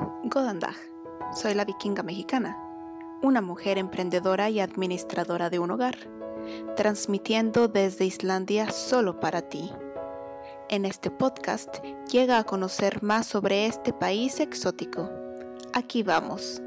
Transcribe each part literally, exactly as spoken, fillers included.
Góðan dag, soy la vikinga mexicana, una mujer emprendedora y administradora de un hogar, transmitiendo desde Islandia solo para ti. En este podcast llega a conocer más sobre este país exótico. Aquí vamos.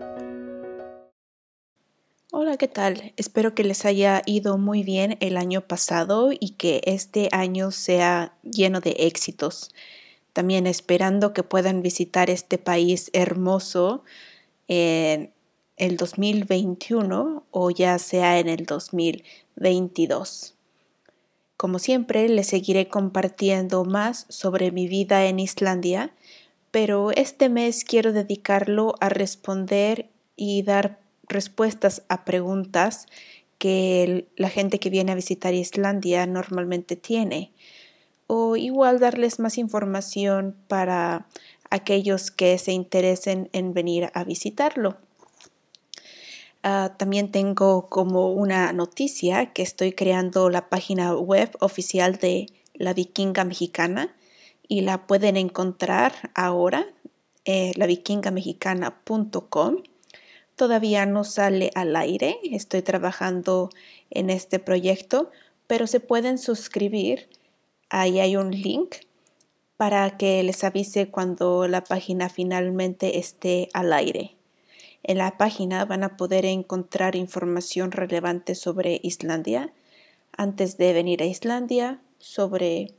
Hola, ¿qué tal? Espero que les haya ido muy bien el año pasado y que este año sea lleno de éxitos. También esperando que puedan visitar este país hermoso en el dos mil veintiuno o ya sea en el dos mil veintidós. Como siempre, les seguiré compartiendo más sobre mi vida en Islandia, pero este mes quiero dedicarlo a responder y dar respuestas a preguntas que la gente que viene a visitar Islandia normalmente tiene, o igual darles más información para aquellos que se interesen en venir a visitarlo. Uh, también tengo como una noticia que estoy creando la página web oficial de La Vikinga Mexicana y la pueden encontrar ahora en la vikinga mexicana punto com. Todavía no sale al aire, estoy trabajando en este proyecto, pero se pueden suscribir. Ahí hay un link para que les avise cuando la página finalmente esté al aire. En la página van a poder encontrar información relevante sobre Islandia, antes de venir a Islandia, sobre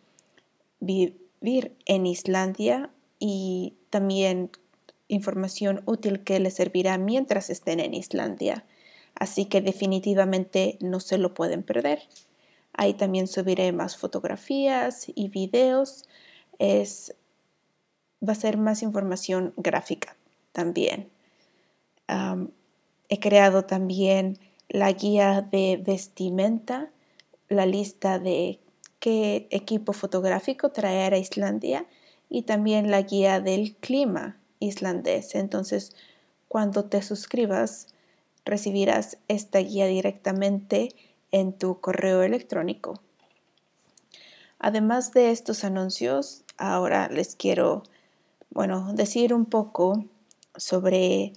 vivir en Islandia y también información útil que les servirá mientras estén en Islandia. Así que definitivamente no se lo pueden perder. Ahí también subiré más fotografías y videos. Es, va a ser más información gráfica también. Um, he creado también la guía de vestimenta, la lista de qué equipo fotográfico traer a Islandia y también la guía del clima islandés. Entonces, cuando te suscribas, recibirás esta guía directamente en tu correo electrónico. Además de estos anuncios, ahora les quiero, bueno, decir un poco sobre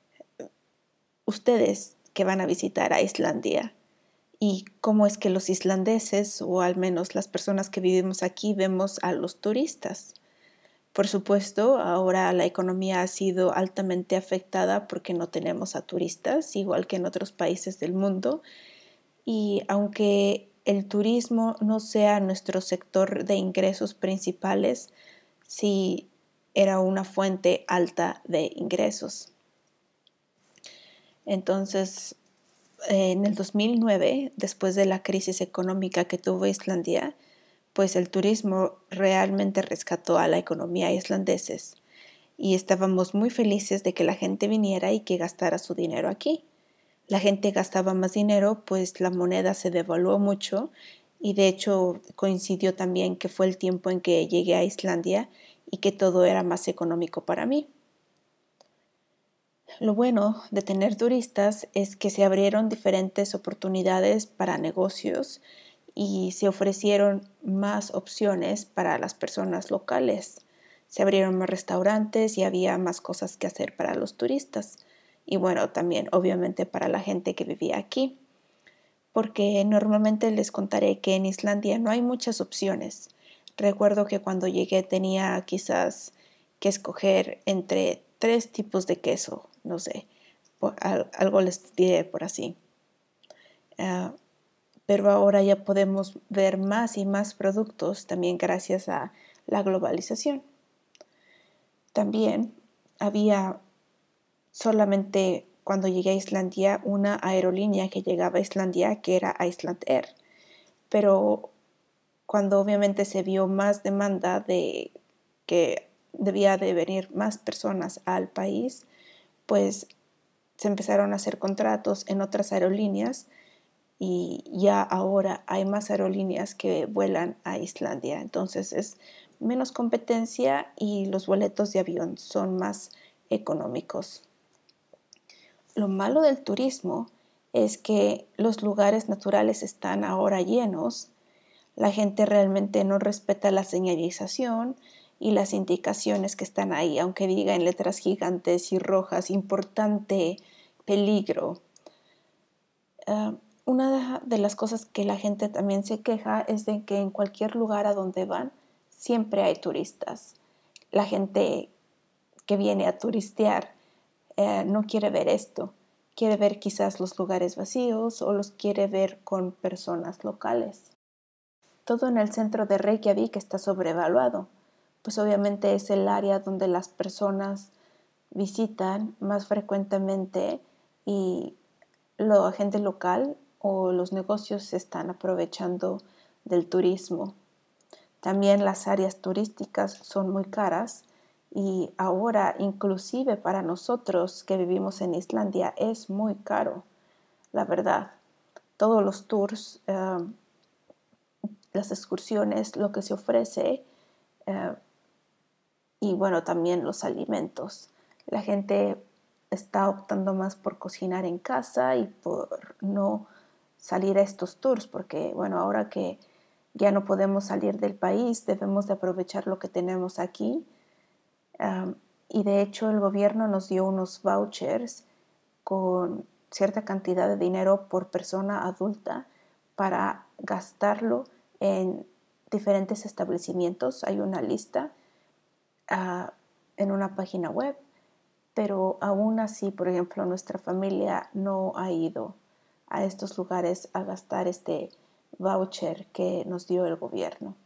ustedes que van a visitar a Islandia y cómo es que los islandeses, o al menos las personas que vivimos aquí, vemos a los turistas. Por supuesto, ahora la economía ha sido altamente afectada porque no tenemos a turistas, igual que en otros países del mundo. Y aunque el turismo no sea nuestro sector de ingresos principales, sí era una fuente alta de ingresos. Entonces, en el dos mil nueve, después de la crisis económica que tuvo Islandia, pues el turismo realmente rescató a la economía islandesa y estábamos muy felices de que la gente viniera y que gastara su dinero aquí. La gente gastaba más dinero, pues la moneda se devaluó mucho y de hecho coincidió también que fue el tiempo en que llegué a Islandia y que todo era más económico para mí. Lo bueno de tener turistas es que se abrieron diferentes oportunidades para negocios y se ofrecieron más opciones para las personas locales. Se abrieron más restaurantes y había más cosas que hacer para los turistas. Y bueno, también obviamente para la gente que vivía aquí. Porque normalmente les contaré que en Islandia no hay muchas opciones. Recuerdo que cuando llegué tenía quizás que escoger entre tres tipos de queso, no sé, por, algo les diré por así. Uh, pero ahora ya podemos ver más y más productos también gracias a la globalización. También había solamente cuando llegué a Islandia una aerolínea que llegaba a Islandia que era Iceland Air, pero cuando obviamente se vio más demanda de que debía de venir más personas al país, pues se empezaron a hacer contratos en otras aerolíneas y ya ahora hay más aerolíneas que vuelan a Islandia. Entonces es menos competencia y los boletos de avión son más económicos. Lo malo del turismo es que los lugares naturales están ahora llenos. La gente realmente no respeta la señalización y las indicaciones que están ahí, aunque diga en letras gigantes y rojas, importante, peligro. Uh, una de las cosas que la gente también se queja es de que en cualquier lugar a donde van siempre hay turistas. La gente que viene a turistear eh, no quiere ver esto. Quiere ver quizás los lugares vacíos o los quiere ver con personas locales. Todo en el centro de Reykjavik está sobrevaluado, pues obviamente es el área donde las personas visitan más frecuentemente y la gente local o los negocios se están aprovechando del turismo. También las áreas turísticas son muy caras y ahora inclusive para nosotros que vivimos en Islandia es muy caro, la verdad. Todos los tours, uh, las excursiones, lo que se ofrece uh, y bueno, también los alimentos. La gente está optando más por cocinar en casa y por no salir a estos tours porque bueno, ahora que ya no podemos salir del país, debemos de aprovechar lo que tenemos aquí. Um, y de hecho el gobierno nos dio unos vouchers con cierta cantidad de dinero por persona adulta para gastarlo en diferentes establecimientos. Hay una lista uh, en una página web, pero aún así, por ejemplo, nuestra familia no ha ido a estos lugares a gastar este voucher que nos dio el gobierno.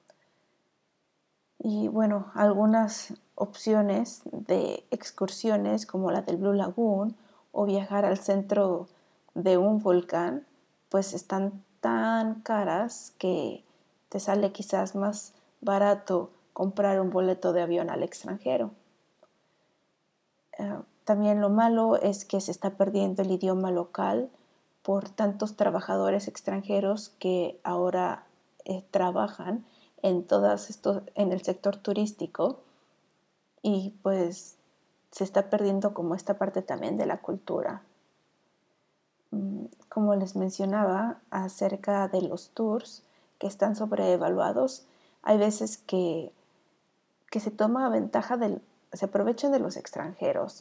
Y bueno, algunas opciones de excursiones como la del Blue Lagoon o viajar al centro de un volcán, pues están tan caras que te sale quizás más barato comprar un boleto de avión al extranjero. Uh, también lo malo es que se está perdiendo el idioma local por tantos trabajadores extranjeros que ahora eh, trabajan en todas estos, en el sector turístico y pues se está perdiendo como esta parte también de la cultura. Como les mencionaba acerca de los tours que están sobreevaluados, hay veces que, que se toma ventaja del, se aprovechan de los extranjeros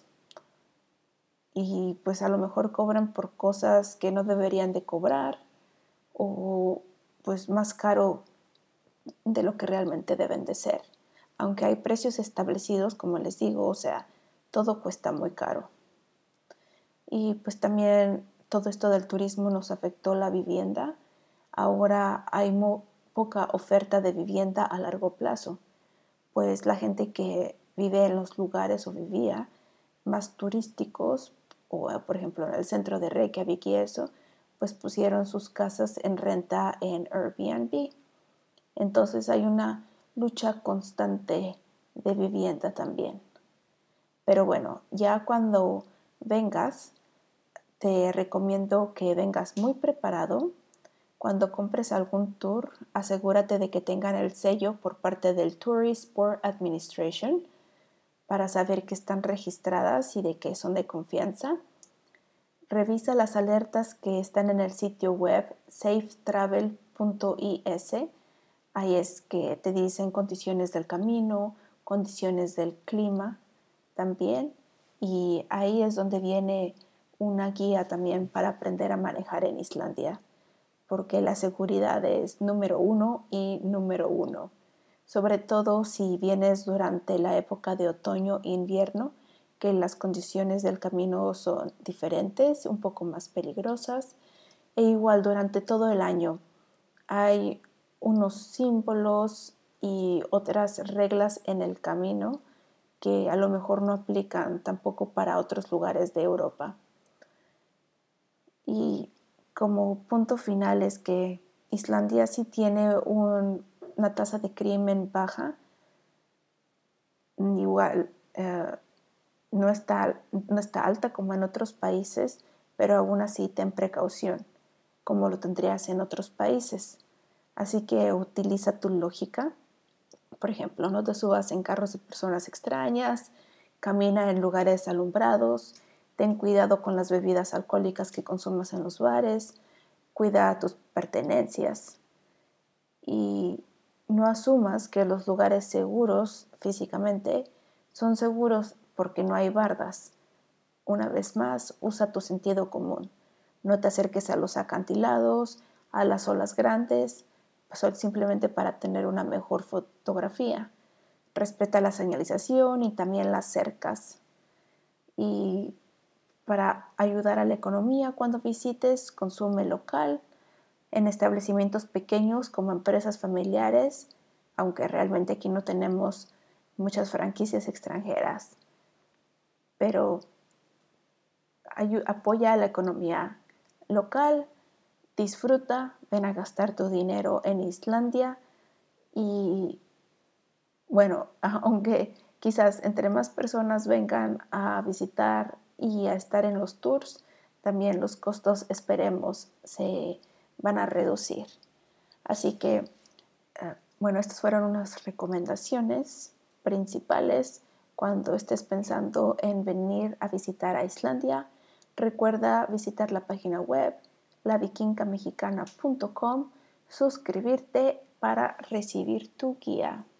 y pues a lo mejor cobran por cosas que no deberían de cobrar o pues más caro de lo que realmente deben de ser. Aunque hay precios establecidos, como les digo, o sea, todo cuesta muy caro. Y pues también todo esto del turismo nos afectó la vivienda. Ahora hay mo- poca oferta de vivienda a largo plazo, pues la gente que vive en los lugares o vivía más turísticos, o por ejemplo en el centro de Reykjavik y eso, pues pusieron sus casas en renta en Airbnb. Entonces hay una lucha constante de vivienda también. Pero bueno, ya cuando vengas, te recomiendo que vengas muy preparado. Cuando compres algún tour, asegúrate de que tengan el sello por parte del Tourist Board Administration para saber que están registradas y de que son de confianza. Revisa las alertas que están en el sitio web safe travel punto is. Ahí es que te dicen condiciones del camino, condiciones del clima también. Y ahí es donde viene una guía también para aprender a manejar en Islandia, porque la seguridad es número uno y número uno. Sobre todo si vienes durante la época de otoño e invierno, que las condiciones del camino son diferentes, un poco más peligrosas, e igual durante todo el año hay unos símbolos y otras reglas en el camino que a lo mejor no aplican tampoco para otros lugares de Europa. Y como punto final es que Islandia sí tiene un, una tasa de crimen baja, igual eh, no, está, no está alta como en otros países, pero aún así ten precaución, como lo tendrías en otros países. Así que utiliza tu lógica. Por ejemplo, no te subas en carros de personas extrañas, camina en lugares alumbrados, ten cuidado con las bebidas alcohólicas que consumas en los bares, cuida tus pertenencias y no asumas que los lugares seguros físicamente son seguros porque no hay bardas. Una vez más, usa tu sentido común. No te acerques a los acantilados, a las olas grandes, simplemente para tener una mejor fotografía. Respeta la señalización y también las cercas. Y para ayudar a la economía cuando visites, consume local, en establecimientos pequeños como empresas familiares, aunque realmente aquí no tenemos muchas franquicias extranjeras. Pero apoya a la economía local, disfruta, ven a gastar tu dinero en Islandia y bueno, aunque quizás entre más personas vengan a visitar y a estar en los tours, también los costos esperemos se van a reducir. Así que, bueno, estas fueron unas recomendaciones principales cuando estés pensando en venir a visitar a Islandia. Recuerda visitar la página web la vikinga mexicana punto com, suscribirte para recibir tu guía.